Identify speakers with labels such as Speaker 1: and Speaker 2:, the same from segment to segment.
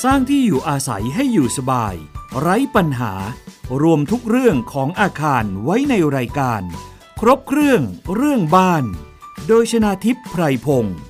Speaker 1: สร้างที่อยู่อาศัยให้อยู่สบายไร้ปัญหารวมทุกเรื่องของอาคารไว้ในรายการครบเครื่องบ้านโดยชนาทิพย์ไพรพงศ์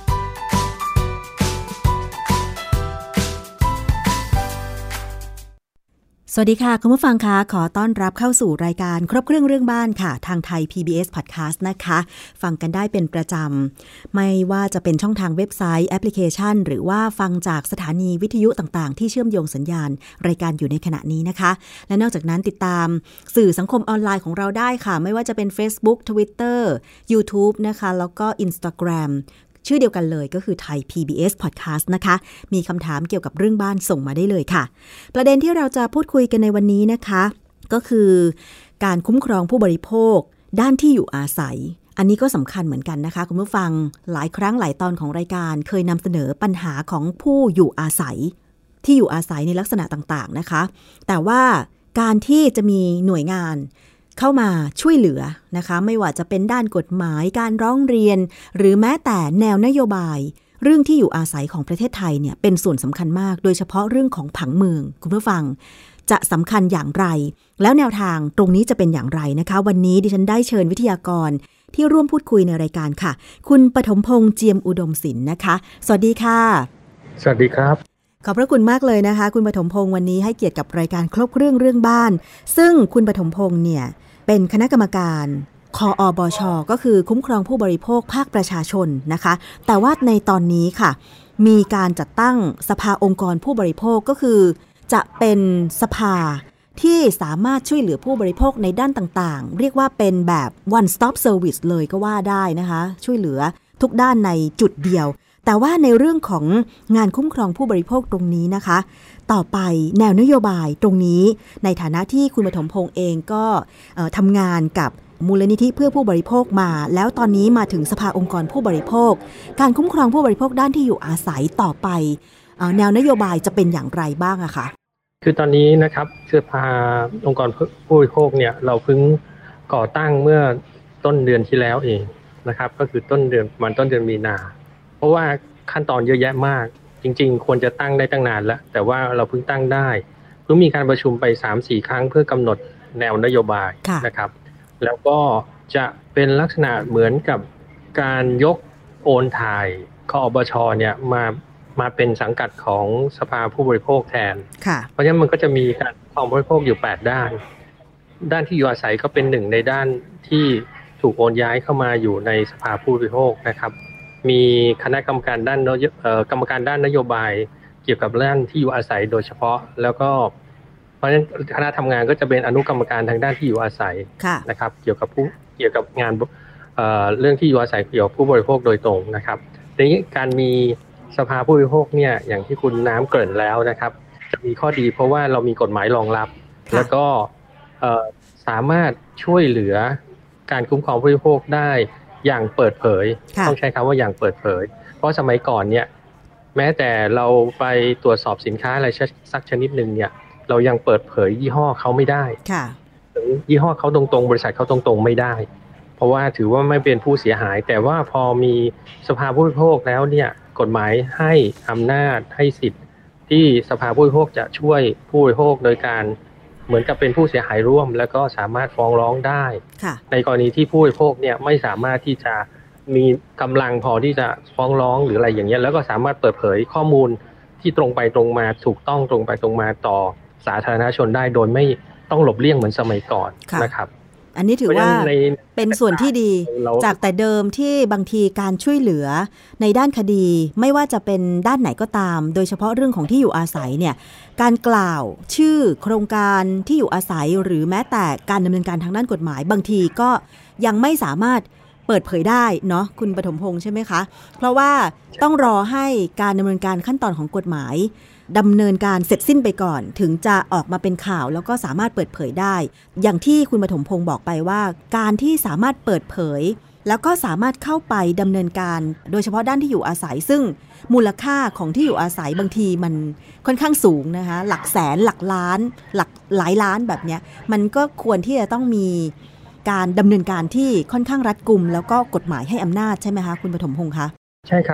Speaker 2: สวัสดีค่ะคุณผู้ฟังคะขอต้อนรับเข้าสู่รายการครบเครื่องบ้านค่ะทางไทย PBS Podcast นะคะฟังกันได้เป็นประจำไม่ว่าจะเป็นช่องทางเว็บไซต์แอปพลิเคชันหรือว่าฟังจากสถานีวิทยุต่างๆที่เชื่อมโยงสัญญาณรายการอยู่ในขณะนี้นะคะและนอกจากนั้นติดตามสื่อสังคมออนไลน์ของเราได้ค่ะไม่ว่าจะเป็น Facebook Twitter YouTube นะคะแล้วก็ Instagramชื่อเดียวกันเลยก็คือไทย PBS Podcast นะคะมีคำถามเกี่ยวกับเรื่องบ้านส่งมาได้เลยค่ะประเด็นที่เราจะพูดคุยกันในวันนี้นะคะก็คือการคุ้มครองผู้บริโภคด้านที่อยู่อาศัยอันนี้ก็สำคัญเหมือนกันนะคะคุณผู้ฟังหลายครั้งหลายตอนของรายการเคยนำเสนอปัญหาของผู้อยู่อาศัยที่อยู่อาศัยในลักษณะต่างๆนะคะแต่ว่าการที่จะมีหน่วยงานเข้ามาช่วยเหลือนะคะไม่ว่าจะเป็นด้านกฎหมายการร้องเรียนหรือแม้แต่แนวนโยบายเรื่องที่อยู่อาศัยของประเทศไทยเนี่ยเป็นส่วนสำคัญมากโดยเฉพาะเรื่องของผังเมืองคุณผู้ฟังจะสำคัญอย่างไรแล้วแนวทางตรงนี้จะเป็นอย่างไรนะคะวันนี้ดิฉันได้เชิญวิทยากรที่ร่วมพูดคุยในรายการค่ะคุณปฐมพงษ์เจียมอุดมศิลป์นะคะสวัสดีค่ะ
Speaker 3: สวัสดีครับ
Speaker 2: ขอบพระคุณมากเลยนะคะคุณปฐมพงษ์วันนี้ให้เกียรติกับรายการครบเครื่องบ้านซึ่งคุณปฐมพงษ์เนี่ยเป็นคณะกรรมการคอบช.ก็คือคุ้มครองผู้บริโภคภาคประชาชนนะคะแต่ว่าในตอนนี้ค่ะมีการจัดตั้งสภาองค์กรผู้บริโภคก็คือจะเป็นสภาที่สามารถช่วยเหลือผู้บริโภคในด้านต่างๆเรียกว่าเป็นแบบ one stop service เลยก็ว่าได้นะคะช่วยเหลือทุกด้านในจุดเดียวแต่ว่าในเรื่องของงานคุ้มครองผู้บริโภคตรงนี้นะคะต่อไปแนวนโยบายตรงนี้ในฐานะที่คุณปฐมพงษ์เองก็ทำงานกับมูลนิธิเพื่อผู้บริโภคมาแล้วตอนนี้มาถึงสภาองค์กรผู้บริโภคการคุ้มครองผู้บริโภคด้านที่อยู่อาศัยต่อไปแนวนโยบายจะเป็นอย่างไรบ้างอะคะ
Speaker 3: คือตอนนี้นะครับสภาองค์กรผู้บริโภคเนี่ยเราเพิ่งก่อตั้งเมื่อต้นเดือนที่แล้วเองนะครับก็คือต้นเดือนมีนาเพราะว่าขั้นตอนเยอะแยะมากจริงๆควรจะตั้งได้ตั้งนานแล้วแต่ว่าเราเพิ่งตั้งได้เพิ่งมีการประชุมไป 3-4 ครั้งเพื่อกำหนดแนวนโยบายนะครับแล้วก็จะเป็นลักษณะเหมือนกับการยกโอนถ่ายคอบช.เนี่ยมาเป็นสังกัดของสภาผู้บริโภคแทนเพราะฉะนั้นมันก็จะมีการคุ้มครองผู้บริโภคอยู่8ด้านที่อยู่อาศัยก็เป็นหนึ่งในด้านที่ถูกโอนย้ายเข้ามาอยู่ในสภาผู้บริโภคนะครับมีคณะกรรมการด้านกรรมการด้านนโยบายเกี่ยวกับเรื่องที่อยู่อาศัยโดยเฉพาะแล้วก็เพราะฉะนั้นคณะทำงานก็จะเป็นอนุกรรมการทางด้านที่อยู่อาศัยนะครับเกี่ยวกับงานเรื่องที่อยู่อาศัยเกี่ยวกับผู้บริโภคโดยตรงนะครับทีนี้การมีสภาผู้บริโภคเนี่ยอย่างที่คุณน้ำเกริ่นแล้วนะครับจะมีข้อดีเพราะว่าเรามีกฎหมายรองรับแล้วก็สามารถช่วยเหลือการคุ้มครองผู้บริโภคได้อย่างเปิดเผยต้องใช้คำว่าอย่างเปิดเผยเพราะสมัยก่อนเนี่ยแม้แต่เราไปตรวจสอบสินค้าอะไรสักชนิดหนึ่งเนี่ยเรายังเปิดเผยยี่ห้อเขาไม่ได้หรือยี่ห้อเขาตรงๆบริษัทเขาตรงๆไม่ได้เพราะว่าถือว่าไม่เป็นผู้เสียหายแต่ว่าพอมีสภาผู้บริโภคแล้วเนี่ยกฎหมายให้อำนาจให้สิทธิ์ที่สภาผู้บริโภคจะช่วยผู้บริโภคโดยการเหมือนกับเป็นผู้เสียหายร่วมแล้วก็สามารถฟ้องร้องได้ในกรณีที่ผู้บริโภคเนี่ยไม่สามารถที่จะมีกำลังพอที่จะฟ้องร้องหรืออะไรอย่างเงี้ยแล้วก็สามารถเปิดเผยข้อมูลที่ตรงไปตรงมาถูกต้องตรงไปตรงมาต่อสาธารณชนได้โดยไม่ต้องหลบเลี่ยงเหมือนสมัยก่อนนะครับ
Speaker 2: อันนี้ถือว่าเป็นส่วนที่ดีจากแต่เดิมที่บางทีการช่วยเหลือในด้านคดีไม่ว่าจะเป็นด้านไหนก็ตามโดยเฉพาะเรื่องของที่อยู่อาศัยเนี่ยการกล่าวชื่อโครงการที่อยู่อาศัยหรือแม้แต่การดำเนินการทางด้านกฎหมายบางทีก็ยังไม่สามารถเปิดเผยได้เนาะคุณปฐมพงษ์ใช่ไหมคะเพราะว่าต้องรอให้การดำเนินการขั้นตอนของกฎหมายดำเนินการเสร็จสิ้นไปก่อนถึงจะออกมาเป็นข่าวแล้วก็สามารถเปิดเผยได้อย่างที่คุณปฐมพงษ์บอกไปว่าการที่สามารถเปิดเผยแล้วก็สามารถเข้าไปดำเนินการโดยเฉพาะด้านที่อยู่อาศัยซึ่งมูลค่าของที่อยู่อาศัยบางทีมันค่อนข้างสูงนะคะหลักแสนหลักล้านหลักหลายล้านแบบเนี้ยมันก็ควรที่จะต้องมีการดำเนินการที่ค่อนข้างรัดกุมแล้วก็กฎหมายให้อำนาจใช่ไหมคะคุณปฐมพงษ์คะ
Speaker 3: ใช่ครับ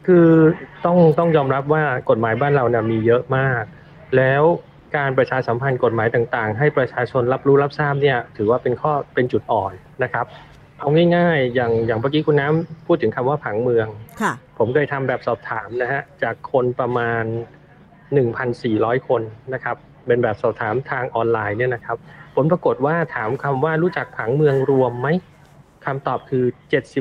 Speaker 3: คือต้องยอมรับว่ากฎหมายบ้านเราเนี่ยมีเยอะมากแล้วการประชาสัมพันธ์กฎหมายต่างๆให้ประชาชนรับรู้รับทราบเนี่ยถือว่าเป็นจุดอ่อนนะครับเอาง่ายๆอย่างเมื่อกี้คุณน้ำพูดถึงคำว่าผังเมืองผมเคยทำแบบสอบถามนะฮะจากคนประมาณ 1,400 คนนะครับเป็นแบบสอบถามทางออนไลน์เนี่ยนะครับผลปรากฏว่าถามคำว่ารู้จักผังเมืองรวมไหมคำตอบคือ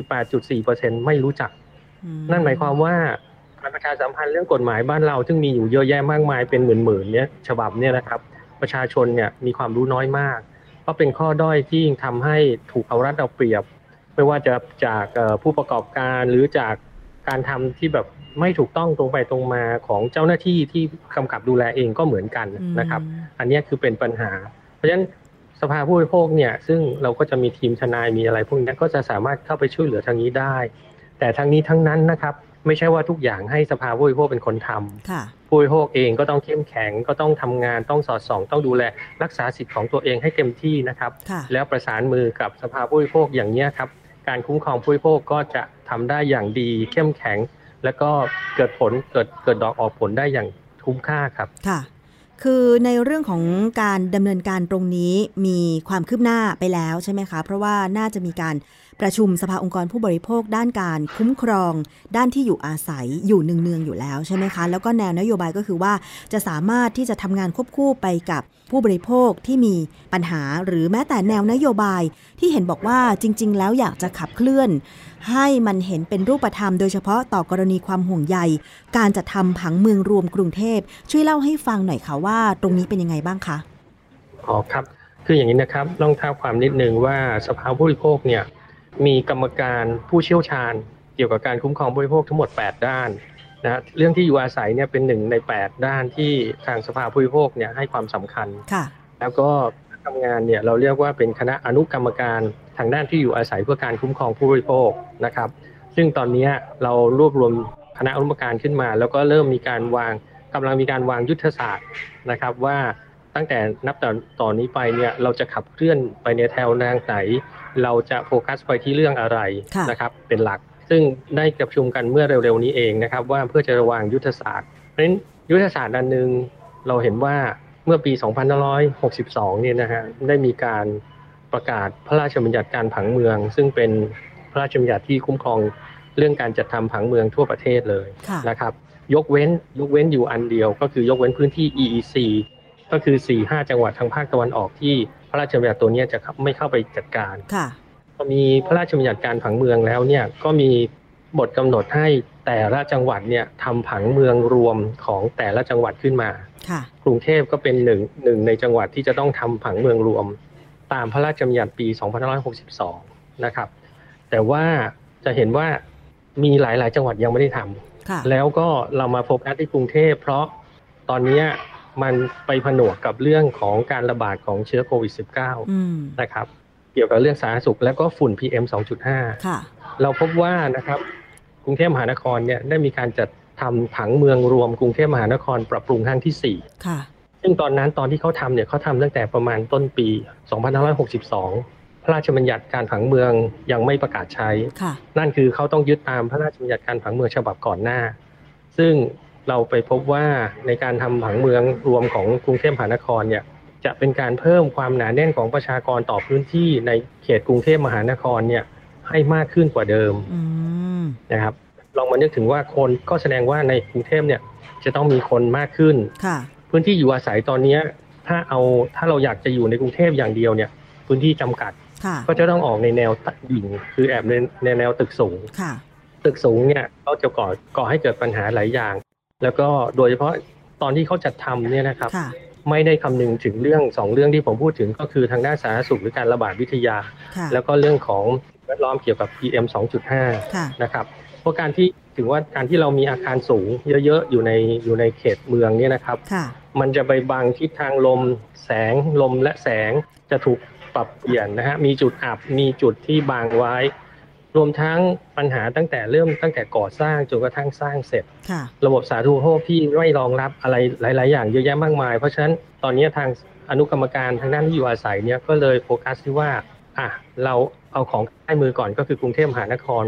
Speaker 3: 78.4% ไม่รู้จักนั่นหมายความว่าการประชาสัมพันธ์เรื่องกฎหมายบ้านเราซึ่งมีอยู่เยอะแยะมากมายเป็นหมื่นๆเนี่ยฉบับเนี่ยนะครับประชาชนเนี่ยมีความรู้น้อยมากก็เป็นข้อด้อยที่ทำให้ถูกเอารัดเอาเปรียบไม่ว่าจะจากผู้ประกอบการหรือจากการทำที่แบบไม่ถูกต้องตรงไปตรงมาของเจ้าหน้าที่ที่กำกับดูแลเองก็เหมือนกันนะครับอันนี้คือเป็นปัญหาเพราะฉะนั้นสภาผู้บริโภคเนี่ยซึ่งเราก็จะมีทีมทนายมีอะไรพวกนี้ก็จะสามารถเข้าไปช่วยเหลือทางนี้ได้แต่ทั้งนี้ทั้งนั้นนะครับไม่ใช่ว่าทุกอย่างให้สภาผู้บริโภคเป็นคนทำผู้บริโภคเองก็ต้องเข้มแข็งก็ต้องทำงานต้องสอดส่องต้องดูแลรักษาสิทธิ์ของตัวเองให้เต็มที่นะครับแล้วประสานมือกับสภาผู้บริโภคอย่างนี้ครับการคุ้มครองผู้บริโภคก็จะทำได้อย่างดีเข้มแข็งแล้วก็เกิดผลเกิดดอกออกผลได้อย่างคุ้มค่าครับ
Speaker 2: ค่ะคือในเรื่องของการดำเนินการตรงนี้มีความคืบหน้าไปแล้วใช่ไหมคะเพราะว่าน่าจะมีการประชุมสภาองค์กรผู้บริโภคด้านการคุ้มครองด้านที่อยู่อาศัยอยู่เนืองๆอยู่แล้วใช่ไหมคะแล้วก็แนวนโยบายก็คือว่าจะสามารถที่จะทำงานควบคู่ไปกับผู้บริโภคที่มีปัญหาหรือแม้แต่แนวนโยบายที่เห็นบอกว่าจริงๆแล้วอยากจะขับเคลื่อนให้มันเห็นเป็นรูปธรรมโดยเฉพาะต่อกรณีความห่วงใยการจัดทำผังเมืองรวมกรุงเทพช่วยเล่าให้ฟังหน่อยค่ะว่าตรงนี้เป็นยังไงบ้างคะ
Speaker 3: อ๋อครับคืออย่างนี้นะครับต้องท้าความนิดนึงว่าสภาผู้บริโภคเนี่ยมีกรรมการผู้เชี่ยวชาญเกี่ยวกับการคุ้มครองผู้บริโภคทั้งหมด8ด้านนะเรื่องที่อยู่อาศัยเนี่ยเป็น1ใน8ด้านที่ทางสภาผู้บริโภคเนี่ยให้ความสำคัญแล้วก็ทำงานเนี่ยเราเรียกว่าเป็นคณะอนุกรรมการทางด้านที่อยู่อาศัยเพื่อการคุ้มครองผู้บริโภคนะครับซึ่งตอนนี้เรารวบรวมคณะอนุกรรมการขึ้นมาแล้วก็เริ่มมีการกำลังมีการวางยุทธศาสตร์นะครับว่าตั้งแต่นับต่อนนี้ไปเนี่ยเราจะขับเคลื่อนไปในแนวทางไหนเราจะโฟกัสไปที่เรื่องอะไรนะครับเป็นหลักซึ่งได้ประชุมกันเมื่อเร็วๆนี้เองนะครับว่าเพื่อจะวางยุทธศาสตร์เพราะฉะนั้นยุทธศาสตร์อันนึงเราเห็นว่าเมื่อปี 2562 เนี่ยนะฮะได้มีการประกาศพระราชบัญญัติการผังเมืองซึ่งเป็นพระราชบัญญัติที่คุ้มครองเรื่องการจัดทำผังเมืองทั่วประเทศเลยนะครับยกเว้นอยู่อันเดียวก็คือยกเว้นพื้นที่ EEC ก็คือ 4-5 จังหวัดทางภาคตะวันออกที่พระราชบัญญัติตัวนี้จะไม่เข้าไปจัดการพอมีพระราชบัญญัติการผังเมืองแล้วเนี่ยก็มีบทกำหนดให้แต่ละจังหวัดเนี่ยทำผังเมืองรวมของแต่ละจังหวัดขึ้นมากรุงเทพก็เป็นหนึ่งในจังหวัดที่จะต้องทำผังเมืองรวมตามพระราชบัญญัติปี 2562 นะครับแต่ว่าจะเห็นว่ามีหลายจังหวัดยังไม่ได้ทำแล้วก็เรามาโฟกัสที่กรุงเทพเพราะตอนนี้มันไปผนวกกับเรื่องของการระบาดของเชื้อโควิด -19 นะครับเกี่ยวกับเรื่องสาธารณสุขและก็ฝุ่น PM 2.5 เราพบว่านะครับกรุงเทพมหานครเนี่ยได้มีการจัดทำผังเมืองรวมกรุงเทพมหานครปรับปรุงครั้งที่4ซึ่งตอนที่เขาทำเนี่ยเขาทำตั้งแต่ประมาณต้นปี 2562 พระราชบัญญัติการผังเมืองยังไม่ประกาศใช้นั่นคือเขาต้องยึดตามพระราชบัญญัติการผังเมืองฉบับก่อนหน้าซึ่งเราไปพบว่าในการทำผังเมืองรวมของกรุงเทพมหานครเนี่ยจะเป็นการเพิ่มความหนาแน่นของประชากรต่อพื้นที่ในเขตกรุงเทพมหานครเนี่ยให้มากขึ้นกว่าเดิมนะครับลองมานึกถึงว่าคนก็แสดงว่าในกรุงเทพเนี่ยจะต้องมีคนมากขึ้นพื้นที่อยู่อาศัยตอนนี้ถ้าเราอยากจะอยู่ในกรุงเทพอย่างเดียวเนี่ยพื้นที่จำกัดก็จะต้องออกในแนวดิ่งคือแอบในแนวตึกสูงเนี่ยก็จะก่อให้เกิดปัญหาหลายอย่างแล้วก็โดยเฉพาะตอนที่เขาจัดทำเนี่ยนะครับไม่ได้คำนึงถึงเรื่อง2เรื่องที่ผมพูดถึงก็คือทางด้านสาธารณสุขหรือการระบาดวิทยาแล้วก็เรื่องของแวดล้อมเกี่ยวกับ PM 2.5 นะครับเพราะการที่เรามีอาคารสูงเยอะๆอยู่ในเขตเมืองเนี่ยนะครับมันจะไปบังทิศทางลมและแสงจะถูกปรับเปลี่ยนนะฮะมีจุดอับมีจุดที่บังไว้รวมทั้งปัญหาตั้งแต่ก่อสร้างจนกระทั่งสร้างเสร็จระบบสาธารณูปโภคที่ไม่รองรับอะไรหลายๆอย่างเยอะแยะมากมายเพราะฉะนั้นตอนนี้ทางอนุกรรมการทางด้านที่อยู่อาศัยเนี่ยก็เลยโฟกัสที่ว่าเราเอาของใกล้มือก่อนก็คือกรุงเทพมหานครว่า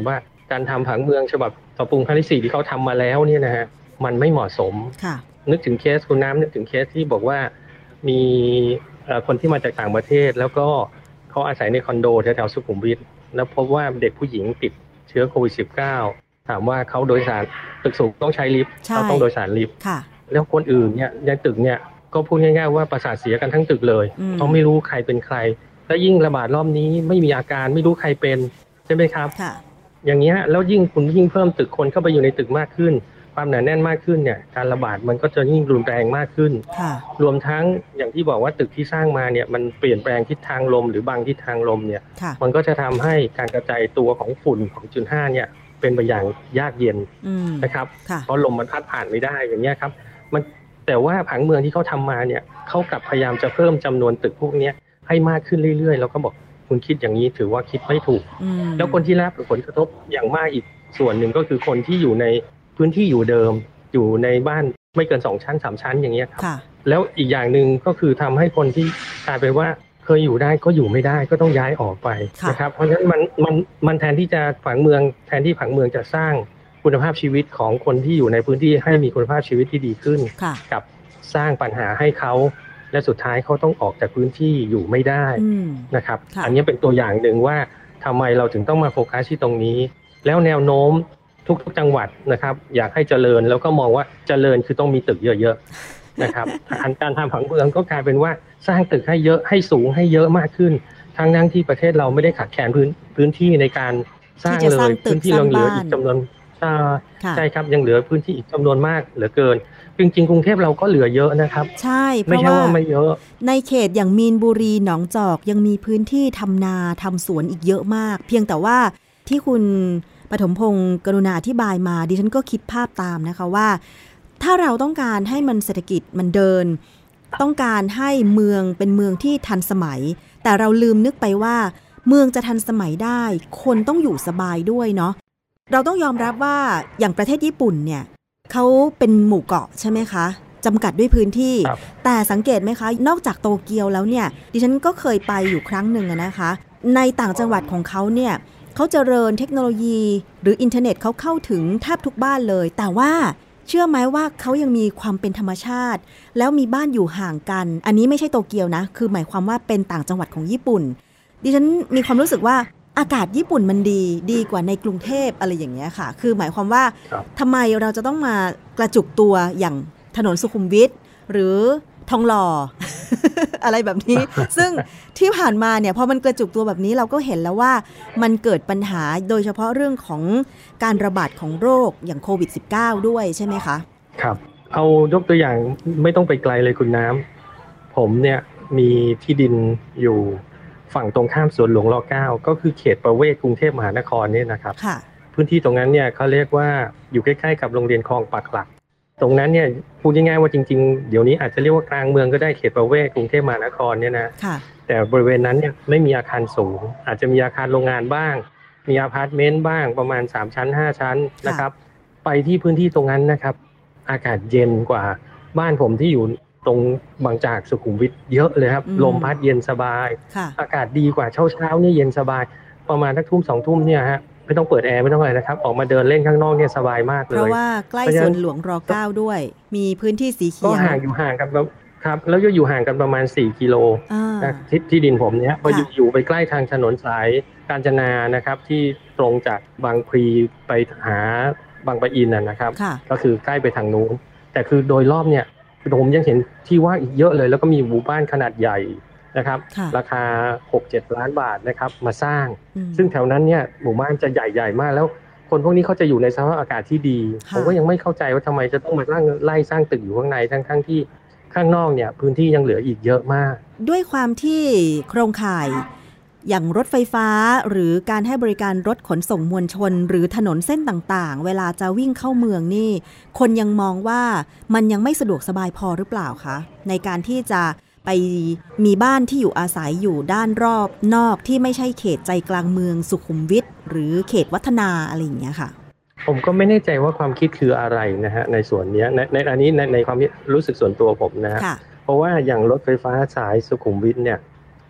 Speaker 3: การทำผังเมืองฉบับปรับปรุงครั้งที่4ที่เขาทำมาแล้วเนี่ยนะฮะมันไม่เหมาะสมนึกถึงเคสคุณน้ำนึกถึงเคสที่บอกว่ามีคนที่มาจากต่างประเทศแล้วก็เขาอาศัยในคอนโดแถวๆสุขุมวิทแล้วพบว่าเด็กผู้หญิงติดเชื้อโควิด -19 ถามว่าเขาโดยสารตึกสูงต้องใช้ลิฟต์เขาต้องโดยสารลิฟต์แล้วคนอื่นเนี่ยในตึกเนี่ยก็พูดง่ายๆว่าประสาทเสียกันทั้งตึกเลยเขาไม่รู้ใครเป็นใครแล้วยิ่งระบาดรอบนี้ไม่มีอาการไม่รู้ใครเป็นใช่ไหมครับอย่างเงี้ยแล้วยิ่งคุณยิ่งเพิ่มตึกคนเข้าไปอยู่ในตึกมากขึ้นความหนาแน่นมากขึ้นเนี่ยการระบาดมันก็จะยิ่งรุนแรงมากขึ้นรวมทั้งอย่างที่บอกว่าตึกที่สร้างมาเนี่ยมันเปลี่ยนแปลงทิศทางลมหรือบางทิศทางลมเนี่ยมันก็จะทำให้การกระจายตัวของฝุ่นของ2.5เนี่ยเป็นไปอย่างยากเย็นนะครับเพราะลมมันพัดผ่านไม่ได้อย่างเงี้ยครับมันแต่ว่าผังเมืองที่เขาทำมาเนี่ยเขากลับพยายามจะเพิ่มจำนวนตึกพวกนี้ให้มากขึ้นเรื่อยๆแล้วก็บอกคุณคิดอย่างนี้ถือว่าคิดไม่ถูกแล้วคนที่รับผลกระทบอย่างมากอีกส่วนหนึ่งก็คือคนที่อยู่ในพื้นที่อยู่เดิมอยู่ในบ้านไม่เกิน2ชั้น3ชั้นอย่างเงี้ยครับแล้วอีกอย่างนึงก็คือทำให้คนที่กลายเป็นว่าเคยอยู่ได้ก็อยู่ไม่ได้ก็ต้องย้ายออกไปนะครับเพราะฉะนั้นมันแทนที่จะผังเมืองแทนที่ผังเมืองจะสร้างคุณภาพชีวิตของคนที่อยู่ในพื้นที่ให้มีคุณภาพชีวิตที่ดีขึ้นกับสร้างปัญหาให้เขาและสุดท้ายเขาต้องออกจากพื้นที่อยู่ไม่ได้นะครับอันนี้เป็นตัวอย่างหนึ่งว่าทำไมเราถึงต้องมาโฟกัสที่ตรงนี้แล้วแนวโน้มทุกจังหวัดนะครับอยากให้เจริญแล้วก็มองว่าเจริญคือต้องมีตึกเยอะๆนะครับการทำผังเมืองก็กลายเป็นว่าสร้างตึกให้เยอะให้สูงให้เยอะมากขึ้นทั้งที่ประเทศเราไม่ได้ขาดแคลนพื้นที่ในการสร้างเลยพื้นที่เราเหลืออีกจำนวนใช่ครับยังเหลือพื้นที่อีกจำนวนมากเหลือเกินจริงๆกรุงเทพเราก็เหลือเยอะนะครับ
Speaker 2: ใช่
Speaker 3: ไม่ใช่ว่าไม่เยอะ
Speaker 2: ในเขตอย่างมีนบุรีหนองจอกยังมีพื้นที่ทำนาทำสวนอีกเยอะมากเพียงแต่ว่าที่คุณปฐมพงศ์กรุณาอธิบายมาดิฉันก็คิดภาพตามนะคะว่าถ้าเราต้องการให้มันเศรษฐกิจมันเดินต้องการให้เมืองเป็นเมืองที่ทันสมัยแต่เราลืมนึกไปว่าเมืองจะทันสมัยได้คนต้องอยู่สบายด้วยเนาะเราต้องยอมรับว่าอย่างประเทศญี่ปุ่นเนี่ยเขาเป็นหมู่เกาะใช่ไหมคะจำกัดด้วยพื้นที่แต่สังเกตไหมคะนอกจากโตเกียวแล้วเนี่ยดิฉันก็เคยไปอยู่ครั้งหนึ่งนะคะในต่างจังหวัดของเขาเนี่ยเขาเจริญเทคโนโลยีหรืออินเทอร์เน็ตเขาเข้าถึงแทบทุกบ้านเลยแต่ว่าเชื่อไหมว่าเขายังมีความเป็นธรรมชาติแล้วมีบ้านอยู่ห่างกันอันนี้ไม่ใช่โตเกียวนะคือหมายความว่าเป็นต่างจังหวัดของญี่ปุ่นดิฉันมีความรู้สึกว่าอากาศญี่ปุ่นมันดีกว่าในกรุงเทพอะไรอย่างเงี้ยค่ะคือหมายความว่าทำไมเราจะต้องมากระจุกตัวอย่างถนนสุขุมวิทหรือทองหล่อ อะไรแบบนี้ ซึ่งที่ผ่านมาเนี่ยพอมันกระจุกตัวแบบนี้เราก็เห็นแล้วว่ามันเกิดปัญหาโดยเฉพาะเรื่องของการระบาดของโรคอย่างโควิด -19 ด้วยใช่ไหมคะ
Speaker 3: ครับเอายกตัวอย่างไม่ต้องไปไกลเลยคุณน้ำผมเนี่ยมีที่ดินอยู่ฝั่งตรงข้ามสวนหลวงร9ก็คือเขตประเวศกรุงเทพมหานครเนี่ยนะครับพื้นที่ตรงนั้นเนี่ยเขาเรียกว่าอยู่ใกล้ๆกับโรงเรียนคลองปักหลักตรงนั้นเนี่ยพูดง่ายๆว่าจริงๆเดี๋ยวนี้อาจจะเรียกว่ากลางเมืองก็ได้เขตประเวศกรุงเทพมหานครเนี่ยนะแต่บริเวณนั้นเนี่ยไม่มีอาคารสูงอาจจะมีอาคารโรงงานบ้างมีอพาร์ตเมนต์บ้างประมาณ3ชั้น5ชั้นนะครับไปที่พื้นที่ตรงนั้นนะครับอากาศเย็นกว่าบ้านผมที่อยู่ตรงบางจากสุขุมวิทเยอะเลยครับลมพัดเย็นสบายอากาศดีกว่าเช้าเนี่ยเย็นสบายประมาณสักทุ่ม2ทุ่มเนี่ยฮะไม่ต้องเปิดแอร์ไม่ต้องอะไรนะครับออกมาเดินเล่นข้างนอกเนี่ยสบายมากเลย
Speaker 2: เพราะว่าใกล้สวนหลวงร9ด้วยมีพื้นที่สีเขียว
Speaker 3: ก็ห่างกันครับแล้วก็อยู่ห่างกันประมาณ4กิโลที่ดินผมเนี่ยพออยู่ไปใกล้ทางถนนสายกาญจนานะครับที่ตรงจากบางพลีไปหาบางปะอินนะครับก็คือใกล้ไปทางนู้นแต่คือโดยรอบเนี่ยผมยังเห็นที่ว่างอีกเยอะเลยแล้วก็มีหมู่บ้านขนาดใหญ่นะครับราคา 6-7 ล้านบาทนะครับมาสร้างซึ่งแถวนั้นเนี่ยหมู่บ้านจะใหญ่ๆมากแล้วคนพวกนี้เขาจะอยู่ในสภาพอากาศที่ดีผมก็ยังไม่เข้าใจว่าทำไมจะต้องมาไล่สร้างตึกอยู่ข้างในทั้งที่ข้างนอกเนี่ยพื้นที่ยังเหลืออีกเยอะมาก
Speaker 2: ด้วยความที่โครงข่ายอย่างรถไฟฟ้าหรือการให้บริการรถขนส่งมวลชนหรือถนนเส้นต่างๆเวลาจะวิ่งเข้าเมืองนี่คนยังมองว่ามันยังไม่สะดวกสบายพอหรือเปล่าคะในการที่จะไปมีบ้านที่อยู่อาศัยอยู่ด้านรอบนอกที่ไม่ใช่เขตใจกลางเมืองสุขุมวิทหรือเขตวัฒนาอะไรอย่างเงี้ยค่ะ
Speaker 3: ผมก็ไม่แน่ใจว่าความคิดคืออะไรนะฮะในส่วนนี้ในอันนี้ในความรู้สึกส่วนตัวผมนะฮะเพราะว่าอย่างรถไฟฟ้าสายสุขุมวิทเนี่ยจ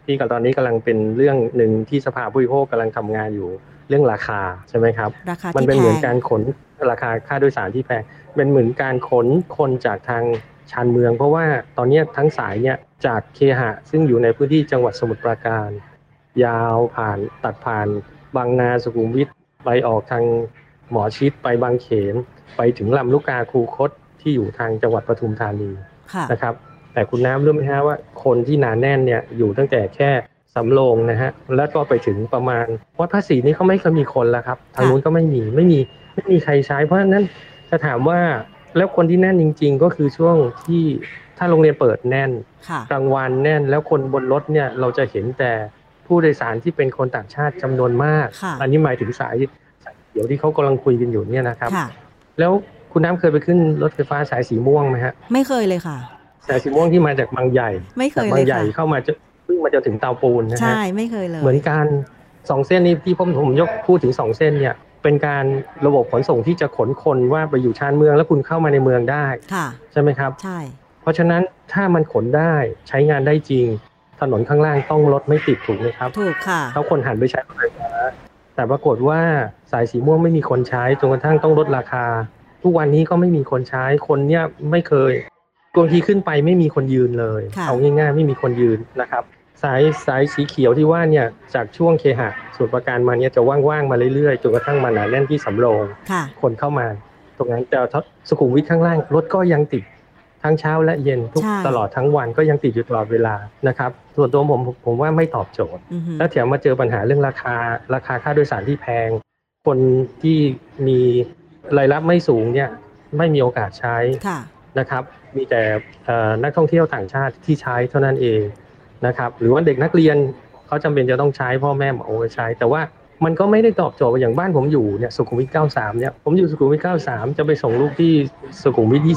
Speaker 3: ที่ตอนนี้กำลังเป็นเรื่องหนึ่งที่สภาผู้บริโภคกำลังทำงานอยู่เรื่องราคาใช่ไหมครับ
Speaker 2: ราคา
Speaker 3: มันเป็นเหมือนการขนราคาค่าโดยสารที่แพงเป็นเหมือนการขนคนจากทางชานเมืองเพราะว่าตอนนี้ทั้งสายเนี่ยจากเคหะซึ่งอยู่ในพื้นที่จังหวัดสมุทรปราการยาวตัดผ่านบางนาสุขุมวิทไปออกทางหมอชิตไปบางเขนไปถึงลำลูกกาคูคตที่อยู่ทางจังหวัดปทุมธานีนะครับแต่คุณน้ำรู้ไหมฮะว่าคนที่หนาแน่นเนี่ยอยู่ตั้งแต่แค่สำโรงนะฮะแล้วก็ไปถึงประมาณวัดพระศรีนี่เขาไม่เคยมีคนแล้วครับทางนู้นก็ไม่มีใครใช้เพราะฉะนั้นจะถามว่าแล้วคนที่แน่นจริงๆก็คือช่วงที่ถ้าโรงเรียนเปิดแน่นกลางวันแน่นแล้วคนบนรถเนี่ยเราจะเห็นแต่ผู้โดยสารที่เป็นคนต่างชาติจำนวนมากอันนี้หมายถึงสายเดี๋ยวที่เขากำลังคุยกันอยู่เนี่ยนะครับแล้วคุณน้ำเคยไปขึ้นรถไฟฟ้าสายสีม่วงไหมฮะ
Speaker 2: ไม่เคยเลยค่ะ
Speaker 3: สายสีม่วงที่มาจากบางใหญ่
Speaker 2: ไม่เคยเลยค่ะ
Speaker 3: บางใหญ่เข้ามาจะพึ่งมาจะถึงเตาปูนนะฮะ
Speaker 2: ใช่ไม่เคยเลย
Speaker 3: เหมือนกัน2เส้นนี้ที่ผมยกพูดถึง2เส้นเนี่ยเป็นการระบบขนส่งที่จะขนคนว่าไปอยู่ชานเมืองแล้วคุณเข้ามาในเมืองได้ใช่ไหมครับ
Speaker 2: ใช่
Speaker 3: เพราะฉะนั้นถ้ามันขนได้ใช้งานได้จริงถนนข้างล่างต้องรถไม่ติดถูกไหมครับ
Speaker 2: ถูกค่ะ
Speaker 3: ถ้าคนหันไปใช้รถไฟฟ้าแต่ปรากฏว่าสายสีม่วงไม่มีคนใช้จนกระทั่งต้องลดราคาทุกวันนี้ก็ไม่มีคนใช้คนเนี่ยไม่เคยบางทีขึ้นไปไม่มีคนยืนเลยเอาง่ายๆไม่มีคนยืนนะครับสายสีเขียวที่ว่าเนี่ยจากช่วงเคหะสมุทรปราการมาเนี่ยจะว่างๆมาเรื่อยๆจนกระทั่งมาหนาแน่นที่สำโรงคนเข้ามาตรงนั้นแต่สุขุมวิทข้างล่างรถก็ยังติดทั้งเช้าและเย็นทุกตลอดทั้งวันก็ยังติดอยู่ตลอดเวลานะครับส่วนตัวผมว่าไม่ตอบโจทย์แล้วแถมมาเจอปัญหาเรื่องราคาค่าโดยสารที่แพงคนที่มีรายรับไม่สูงเนี่ยไม่มีโอกาสใช้นะครับมีแต่นักท่องเที่ยวต่างชาติที่ใช้เท่านั้นเองนะครับหรือว่าเด็กนักเรียนเขาจำเป็นจะต้องใช้พ่อแม่เอาไปใช้แต่ว่ามันก็ไม่ได้ตอบโจทย์อย่างบ้านผมอยู่เนี่ยสุขุมวิท93เนี่ยผมอยู่สุขุมวิท93จะไปส่งลูกที่สุขุมวิท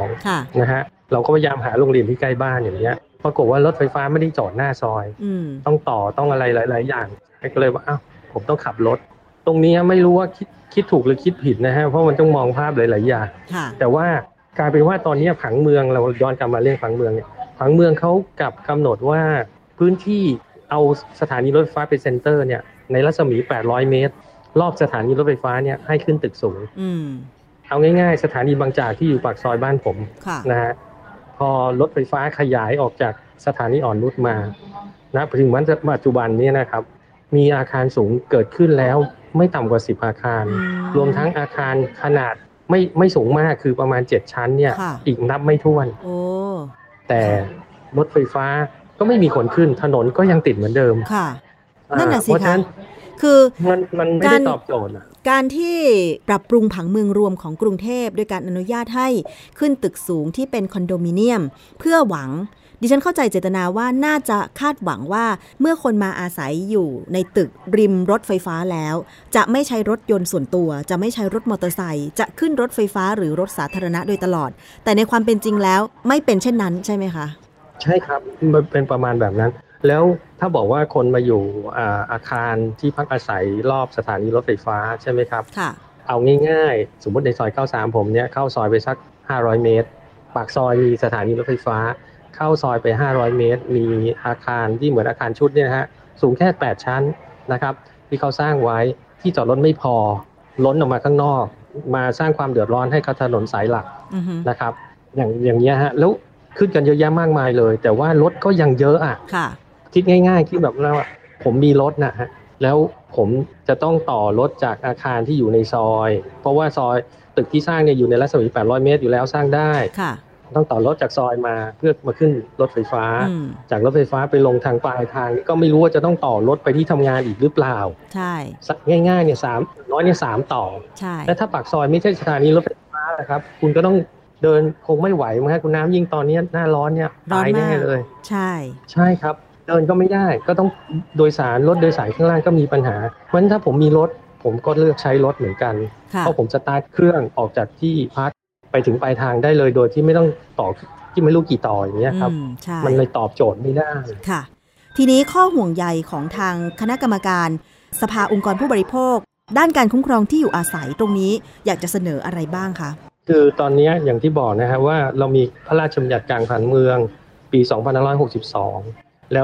Speaker 3: 22นะฮะเราก็พยายามหาโรงเรียนที่ใกล้บ้านอย่างเงี้ยปรากฏว่ารถไฟฟ้าไม่ได้จอดหน้าซอยต้องต่อต้องอะไรหลายๆอย่างก็เลยว่าอ้าวผมต้องขับรถตรงนี้ไม่รู้ว่าคิดถูกหรือคิดผิดนะฮะเพราะมันต้องมองภาพหลายๆอย่างแต่ว่ากลายเป็นว่าตอนนี้ผังเมืองเราย้อนกลับมาเรื่องผังเมืองเนี่ยผังเมืองเขากับกำหนดว่าพื้นที่เอาสถานีรถไฟฟ้าเป็นเซ็นเตอร์เนี่ยในรัศมี800เมตรรอบสถานีรถไฟฟ้าเนี่ยให้ขึ้นตึกสูงเอาง่ายๆสถานีบางจากที่อยู่ปากซอยบ้านผมนะฮะพอรถไฟฟ้าขยายออกจากสถานีอ่อนนุชมานะถึงปัจจุบันนี้นะครับมีอาคารสูงเกิดขึ้นแล้วไม่ต่ำกว่า10อาคารรวมทั้งอาคารขนาดไม่สูงมากคือประมาณ7ชั้นเนี่ยอีกนับไม่ถ้วนแต่รถไฟฟ้าก็ไม่มีคนขึ้นถนนก็ยังติดเหมือนเดิม
Speaker 2: ค่ะนั่นน่ะสิคะคือ
Speaker 3: มันไม่ได้ตอบโจทย์
Speaker 2: การที่ปรับปรุงผังเมืองรวมของกรุงเทพโดยการอนุญาตให้ขึ้นตึกสูงที่เป็นคอนโดมิเนียมเพื่อหวังดิฉันเข้าใจเจตนาว่าน่าจะคาดหวังว่าเมื่อคนมาอาศัยอยู่ในตึกริมรถไฟฟ้าแล้วจะไม่ใช้รถยนต์ส่วนตัวจะไม่ใช้รถมอเตอร์ไซค์จะขึ้นรถไฟฟ้าหรือรถสาธารณะโดยตลอดแต่ในความเป็นจริงแล้วไม่เป็นเช่นนั้นใช่ไหมคะ
Speaker 3: ใช่ครับมันเป็นประมาณแบบนั้นแล้วถ้าบอกว่าคนมาอยู่อาคารที่พักอาศัยรอบสถานีรถไฟฟ้าใช่ไหมครับ
Speaker 2: ค่ะ
Speaker 3: เอาง่ายๆสมมติในซอย93ผมเนี่ยเข้าซอยไปสัก500เมตรปากซอยมีสถานีรถไฟฟ้าเข้าซอยไป500เมตรมีอาคารที่เหมือนอาคารชุดเนี่ยฮะสูงแค่8ชั้นนะครับที่เขาสร้างไว้ที่จอดรถไม่พอล้นออกมาข้างนอกมาสร้างความเดือดร้อนให้กับถนนสายหลักนะครับอย่างเงี้ยฮะแล้วขึ้นกันเยอะแยะมากมายเลยแต่ว่ารถก็ยังเยอะอ่ะคิดง่ายๆที่แบบว่าผมมีรถนะฮะแล้วผมจะต้องต่อรถจากอาคารที่อยู่ในซอยเพราะว่าซอยตึกที่สร้างเนี่ยอยู่ในรัศมี800เมตรอยู่แล้วสร้างได้ต้องต่อรถจากซอยมาเพื่อมาขึ้นรถไฟฟ้าจากรถไฟฟ้าไปลงทางปลายทางก็ไม่รู้ว่าจะต้องต่อรถไปที่ทำงานอีกหรือเปล่า
Speaker 2: ใช่
Speaker 3: ง่ายๆเนี่ย3น้อยเนี่ย3ต่อ
Speaker 2: ใช่
Speaker 3: แล้วถ้าปากซอยไม่ใช่สถานีรถไฟฟ้านะครับคุณก็ต้องเดินคงไม่ไหวมั้งครับคุณน้ำยิ่งตอนนี้หน้าร้อนเนี่ยตายแน่เลย
Speaker 2: ใช่
Speaker 3: ครับเดินก็ไม่ได้ก็ต้องโดยสารรถโดยสารข้างล่างก็มีปัญหาเพราะฉะนั้นถ้าผมมีรถผมก็เลือกใช้รถเหมือนกันเพราะผมสตาร์ทเครื่องออกจากที่พักไปถึงปลายทางได้เลยโดยที่ไม่ต้องต่อที่ไม่รู้กี่ต่ออย่างเงี้ยครับมันเลยตอบโจทย์ไม่ได้
Speaker 2: ค่ะทีนี้ข้อห่วงใยของทางคณะกรรมการสภาองค์กรผู้บริโภคด้านการคุ้มครองที่อยู่อาศัยตรงนี้อยากจะเสนออะไรบ้างคะ
Speaker 3: คือตอนนี้อย่างที่บอกนะฮะว่าเรามีพระราชบัญญัติการผังเมืองปี2562แล้ว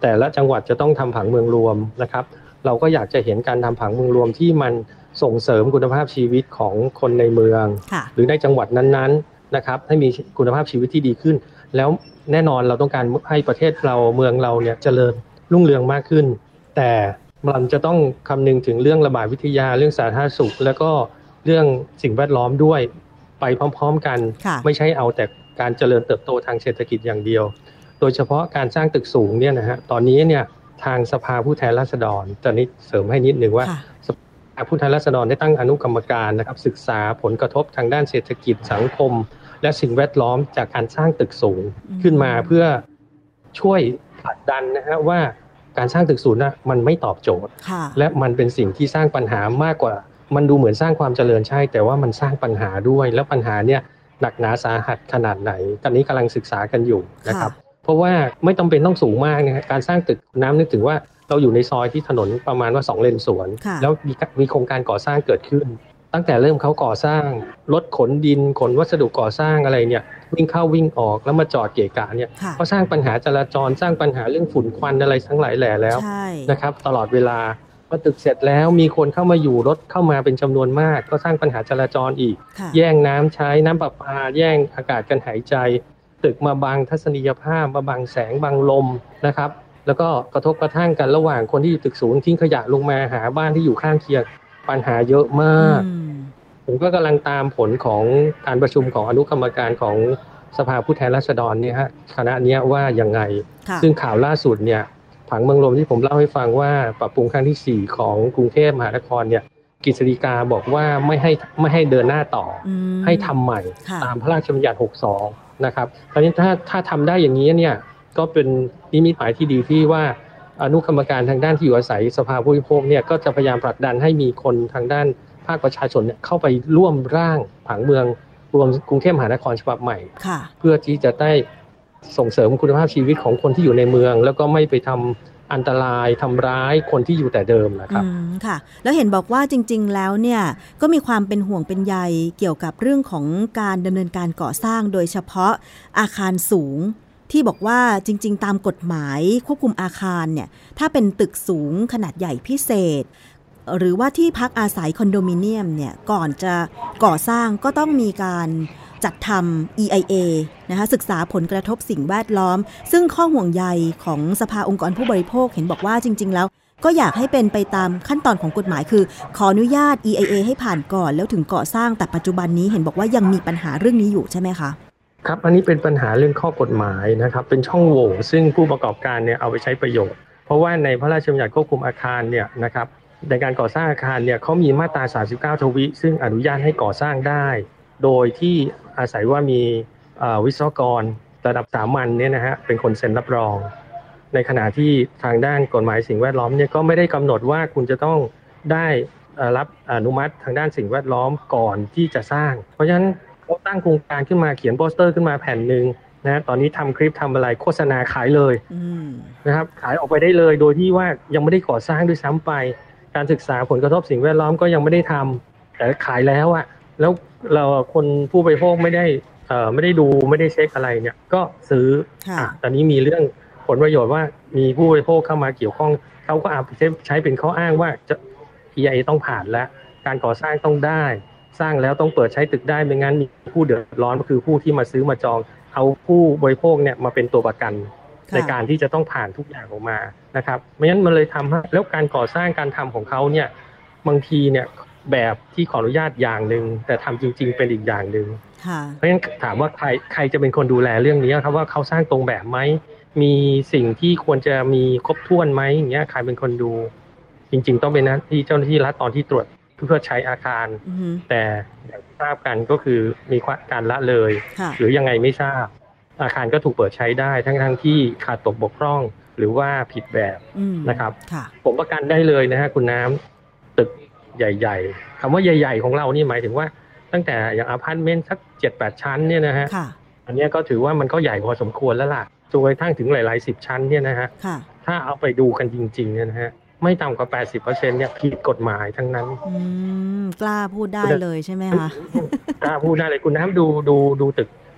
Speaker 3: แต่ละจังหวัดจะต้องทำผังเมืองรวมนะครับเราก็อยากจะเห็นการทำผังเมืองรวมที่มันส่งเสริมคุณภาพชีวิตของคนในเมืองหรือในจังหวัดนั้นๆนะครับให้มีคุณภาพชีวิตที่ดีขึ้นแล้วแน่นอนเราต้องการให้ประเทศเราเมืองเราเนี่ยเจริญรุ่งเรืองมากขึ้นแต่มันจะต้องคำนึงถึงเรื่องระบาดวิทยาเรื่องสาธารณสุขแล้วก็เรื่องสิ่งแวดล้อมด้วยไปพร้อมๆกันไม่ใช่เอาแต่การเจริญเติบโตทางเศรษฐกิจอย่างเดียวโดยเฉพาะการสร้างตึกสูงเนี่ยนะฮะตอนนี้เนี่ยทางสภาผู้แทนราษฎรตอนนี้เสริมให้นิดนึงว่าสภาผู้แทนราษฎรได้ตั้งอนุกรรมการนะครับศึกษาผลกระทบทางด้านเศรษฐกิจสังคมและสิ่งแวดล้อมจากการสร้างตึกสูงขึ้นมาเพื่อช่วยผลักดันนะฮะว่าการสร้างตึกสูงนะมันไม่ตอบโจทย์และมันเป็นสิ่งที่สร้างปัญหามากกว่ามันดูเหมือนสร้างความเจริญใช่แต่ว่ามันสร้างปัญหาด้วยแล้วปัญหาเนี่ยหนักหนาสาหัสขนาดไหนตอนนี้กำลังศึกษากันอยู่นะครับเพราะว่าไม่จำเป็นต้องสูงมากนะการสร้างตึกน้ำนึกถึงว่าเราอยู่ในซอยที่ถนนประมาณว่า2เลนสวนแล้วมีโครงการก่อสร้างเกิดขึ้นตั้งแต่เริ่มเขาก่อสร้างรถขนดินขนวัสดุก่อสร้างอะไรเนี่ยวิ่งเข้าวิ่งออกแล้วมาจอดเกะกะเนี่ยก็สร้างปัญหาจราจรสร้างปัญหาเรื่องฝุ่นควันอะไรทั้งหลายแหล่แล้วนะครับตลอดเวลาพอตึกเสร็จแล้วมีคนเข้ามาอยู่รถเข้ามาเป็นจำนวนมากก็สร้างปัญหาจราจรอีกแย่งน้ำใช้น้ำประปาแย่งอากาศกันหายใจตึกมาบังทัศนียภาพมาบังแสงบังลมนะครับแล้วก็กระทบกระทั่งกันระหว่างคนที่อยู่ตึกสูงทิ้งขยะลงมาหาบ้านที่อยู่ข้างเคียงปัญหาเยอะมากผมก็กำลังตามผลของการประชุมของอนุกรรมการของสภาผู้แทนราษฎรเนี่ยฮะคณะนี้ว่ายังไงซึ่งข่าวล่าสุดเนี่ยผังเมืองรวมที่ผมเล่าให้ฟังว่าปรับปรุงครั้งที่4ของกรุงเทพมหานครเนี่ยกฤษฎีกาบอกว่าไม่ให้เดินหน้าต่อให้ทำใหม่ตามพระราชบัญญัติ62นะครับตอนนี้ถ้าทำได้อย่างนี้เนี่ยก็เป็นนิมิตหมายที่ดีที่ว่าอนุกรรมการทางด้านที่อยู่อาศัยสภาผู้บริโภคเนี่ยก็จะพยายามผลักดันให้มีคนทางด้านภาคประชาชนเนี่ยเข้าไปร่วมร่างผังเมืองรวมกรุงเทพมหานครฉบับใหม่เพื่อที่จะได้ส่งเสริมคุณภาพชีวิตของคนที่อยู่ในเมืองแล้วก็ไม่ไปทำอันตรายทำร้ายคนที่อยู่แต่เดิมนะครับ
Speaker 2: ค่ะแล้วเห็นบอกว่าจริงๆแล้วเนี่ยก็มีความเป็นห่วงเป็นใยเกี่ยวกับเรื่องของการดำเนินการก่อสร้างโดยเฉพาะอาคารสูงที่บอกว่าจริงๆตามกฎหมายควบคุมอาคารเนี่ยถ้าเป็นตึกสูงขนาดใหญ่พิเศษหรือว่าที่พักอาศัยคอนโดมิเนียมเนี่ยก่อนจะก่อสร้างก็ต้องมีการจัดทำ EIA นะคะศึกษาผลกระทบสิ่งแวดล้อมซึ่งข้อห่วงใยของสภาองค์กรผู้บริโภคเห็นบอกว่าจริงๆแล้วก็อยากให้เป็นไปตามขั้นตอนของกฎหมายคือขออนุญาต EIA ให้ผ่านก่อนแล้วถึงก่อสร้างแต่ปัจจุบันนี้เห็นบอกว่ายังมีปัญหาเรื่องนี้อยู่ใช่ไหมคะ
Speaker 3: ครับอันนี้เป็นปัญหาเรื่องข้อกฎหมายนะครับเป็นช่องโหว่ซึ่งผู้ประกอบการเนี่ยเอาไปใช้ประโยชน์เพราะว่าในพระราชบัญญัติควบคุมอาคารเนี่ยนะครับในการก่อสร้างอาคารเนี่ยเขามีมาตรา39ทวิซึ่งอนุญาตให้ก่อสร้างได้โดยที่อาศัยว่ามีวิศวกรระดับสามัญเนี่ยนะฮะเป็นคนเซ็นรับรองในขณะที่ทางด้านกฎหมายสิ่งแวดล้อมเนี่ยก็ไม่ได้กำหนดว่าคุณจะต้องได้รับอนุมัติทางด้านสิ่งแวดล้อมก่อนที่จะสร้างเพราะฉะนั้นเขาตั้งโครงการขึ้นมาเขียนโปสเตอร์ขึ้นมาแผ่นนึงนะตอนนี้ทำคลิปทำอะไรโฆษณาขายเลยนะครับขายออกไปได้เลยโดยที่ว่ายังไม่ได้ก่อสร้างด้วยซ้ำไปการศึกษาผลกระทบสิ่งแวดล้อมก็ยังไม่ได้ทำแต่ขายแล้วอะแล้วเราคนผู้บริโภคไม่ได้ดูไม่ได้เช็คอะไรเนี่ยก็ซื้อตอนนี้มีเรื่องผลประโยชน์ว่ามีผู้บริโภคเข้ามาเกี่ยวข้องเขาก็อาจจะใช้เป็นข้ออ้างว่าจะ EIA ต้องผ่านแล้วการก่อสร้างต้องได้สร้างแล้วต้องเปิดใช้ตึกได้ไม่งั้นมีผู้เดือดร้อนก็คือผู้ที่มาซื้อมาจองเอาผู้บริโภคเนี่ยมาเป็นตัวประกันในการที่จะต้องผ่านทุกอย่างออกมานะครับไม่งั้นมันเลยทำให้แล้วการก่อสร้างการทำของเขาเนี่ยบางทีเนี่ยแบบที่ขออนุญาตอย่างนึงแต่ทำจริงๆเป็นอีกอย่างนึงเพราะฉะนั้นถามว่าใครจะเป็นคนดูแลเรื่องนี้ครับว่าเขาสร้างตรงแบบไหมมีสิ่งที่ควรจะมีครบถ้วนไหมอย่างเงี้ยใครเป็นคนดูจริงๆต้องเป็นหน้าที่เจ้าหน้าที่รัฐตอนที่ตรวจเพื่อใช้อาคารแต่อย่างที่ทราบกันก็คือมีการละเลยหรือยังไงไม่ทราบอาคารก็ถูกเปิดใช้ได้ทั้งที่ขาดตกบกพร่องหรือว่าผิดแบบนะครับผมประกันได้เลยนะฮะคุณน้ำตึกใหญ่ๆคำว่าใหญ่ๆของเรานี่หมายถึงว่าตั้งแต่อย่างอพาร์ตเมนต์สัก 7-8 ชั้นเนี่ยนะฮะอันนี้ก็ถือว่ามันก็ใหญ่พอสมควรแล้วล่ะจนกระทั่งถึงหลายๆ10ชั้นเนี่ยนะฮะถ้าเอาไปดูกันจริงๆเนี่ยนะฮะไม่ต่ำกว่า 80% เนี่ยผิดกฎหมายทั้งนั้น
Speaker 2: กล้าพูดได้เลยใช่ไหมคะ
Speaker 3: กล้าพูดได้เลยคุณน้ำดูตึก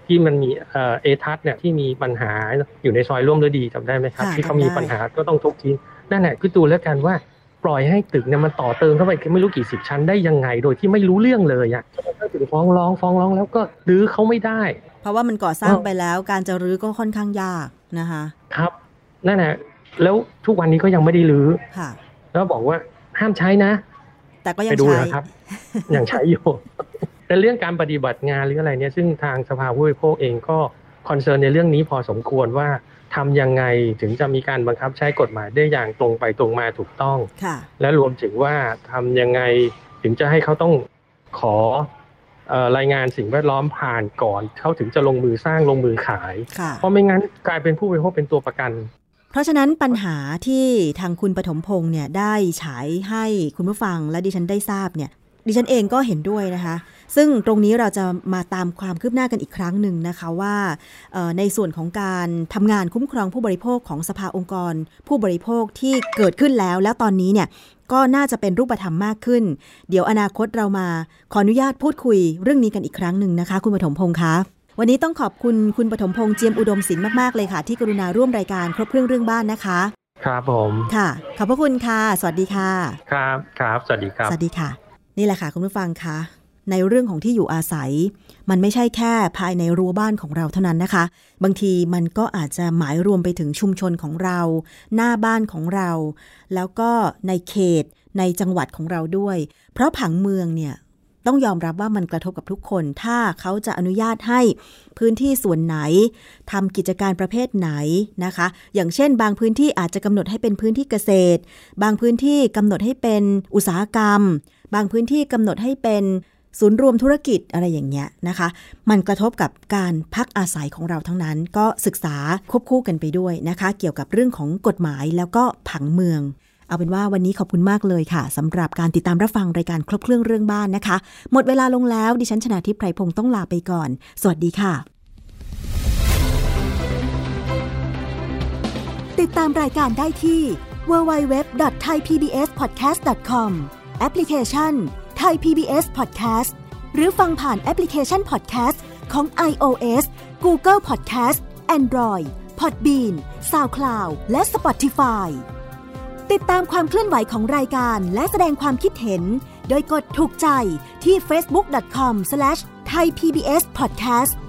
Speaker 3: ที่มันมีเอทัศเนี่ยที่มีปัญหาอยู่ในซอยร่วมฤดีจำได้ไหมครับที่เขามีปัญหาก็ต้องทุบทิ้งนั่นแหละคือดูแล้วกันว่าปล่อยให้ตึกเนี่ยมันต่อเติมเข้าไปไม่รู้กี่สิบชั้นได้ยังไงโดยที่ไม่รู้เรื่องเลยอ่ะถ้าถึงฟ้องร้องแล้วก็รื้อเขาไม่ได้
Speaker 2: เพราะว่ามันก่อสร้างไปแล้วการจะรื้อก็ค่อนข้างยากนะคะ
Speaker 3: ครับนั่นแหละแล้วทุกวันนี้ก็ยังไม่ได้รื้อแล้วบอกว่าห้ามใช้นะ
Speaker 2: แต่ก็ยังใช้
Speaker 3: ครับยังใช้อยู่แต่เรื่องการปฏิบัติงานหรืออะไรเนี่ยซึ่งทางสภาผู้บริโภคเองก็คอนเซิร์นในเรื่องนี้พอสมควรว่าทำยังไงถึงจะมีการบังคับใช้กฎหมายได้อย่างตรงไปตรงมาถูกต้องและรวมถึงว่าทำยังไงถึงจะให้เขาต้องขอรายงานสิ่งแวดล้อมผ่านก่อนเขาถึงจะลงมือสร้างลงมือขายเพราะไม่งั้นกลายเป็นผู้บริโภคเป็นตัวประกัน
Speaker 2: เพราะฉะนั้นปัญหาที่ทางคุณปฐมพงษ์เนี่ยได้ฉายให้คุณผู้ฟังและดิฉันได้ทราบเนี่ยดิฉันเองก็เห็นด้วยนะคะซึ่งตรงนี้เราจะมาตามความคืบหน้ากันอีกครั้งหนึ่งนะคะว่าในส่วนของการทำงานคุ้มครองผู้บริโภคของสภาองค์กรผู้บริโภคที่เกิดขึ้นแล้วตอนนี้เนี่ยก็น่าจะเป็นรูปธรรมมากขึ้นเดี๋ยวอนาคตเรามาขออนุญาตพูดคุยเรื่องนี้กันอีกครั้งหนึ่งนะคะคุณปฐมพงษ์คะวันนี้ต้องขอบคุณคุณปฐมพงษ์เจียมอุดมศิลป์มากๆเลยค่ะที่กรุณาร่วมรายการครบเครื่องเรื่องบ้านนะคะ
Speaker 3: ครับผม
Speaker 2: ค่ะขอบพระคุณค่ะสวัสดีค่ะ
Speaker 3: ครับสวัสดีครับ
Speaker 2: สวัสดีค่ะนี่แหละค่ะคุณผู้ฟังคะในเรื่องของที่อยู่อาศัยมันไม่ใช่แค่ภายในรั้วบ้านของเราเท่านั้นนะคะบางทีมันก็อาจจะหมายรวมไปถึงชุมชนของเราหน้าบ้านของเราแล้วก็ในเขตในจังหวัดของเราด้วยเพราะผังเมืองเนี่ยต้องยอมรับว่ามันกระทบกับทุกคนถ้าเขาจะอนุญาตให้พื้นที่ส่วนไหนทำกิจการประเภทไหนนะคะอย่างเช่นบางพื้นที่อาจจะกำหนดให้เป็นพื้นที่เกษตรบางพื้นที่กำหนดให้เป็นอุตสาหกรรมบางพื้นที่กำหนดให้เป็นศูนย์รวมธุรกิจอะไรอย่างเงี้ยนะคะมันกระทบกับการพักอาศัยของเราทั้งนั้นก็ศึกษาควบคู่กันไปด้วยนะคะเกี่ยวกับเรื่องของกฎหมายแล้วก็ผังเมืองเอาเป็นว่าวันนี้ขอบคุณมากเลยค่ะสำหรับการติดตามรับฟังรายการครบเครื่องเรื่องบ้านนะคะหมดเวลาลงแล้วดิฉันชนาธิปไพรพงศ์ต้องลาไปก่อนสวัสดีค่ะ
Speaker 4: ติดตามรายการได้ที่ www.thaipbspodcast.com แอปพลิเคชัน Thai PBS Podcast หรือฟังผ่านแอปพลิเคชัน Podcast ของ iOS Google Podcast Android Podbean SoundCloud และ Spotifyติดตามความเคลื่อนไหวของรายการและแสดงความคิดเห็นโดยกดถูกใจที่ facebook.com/thaipbspodcast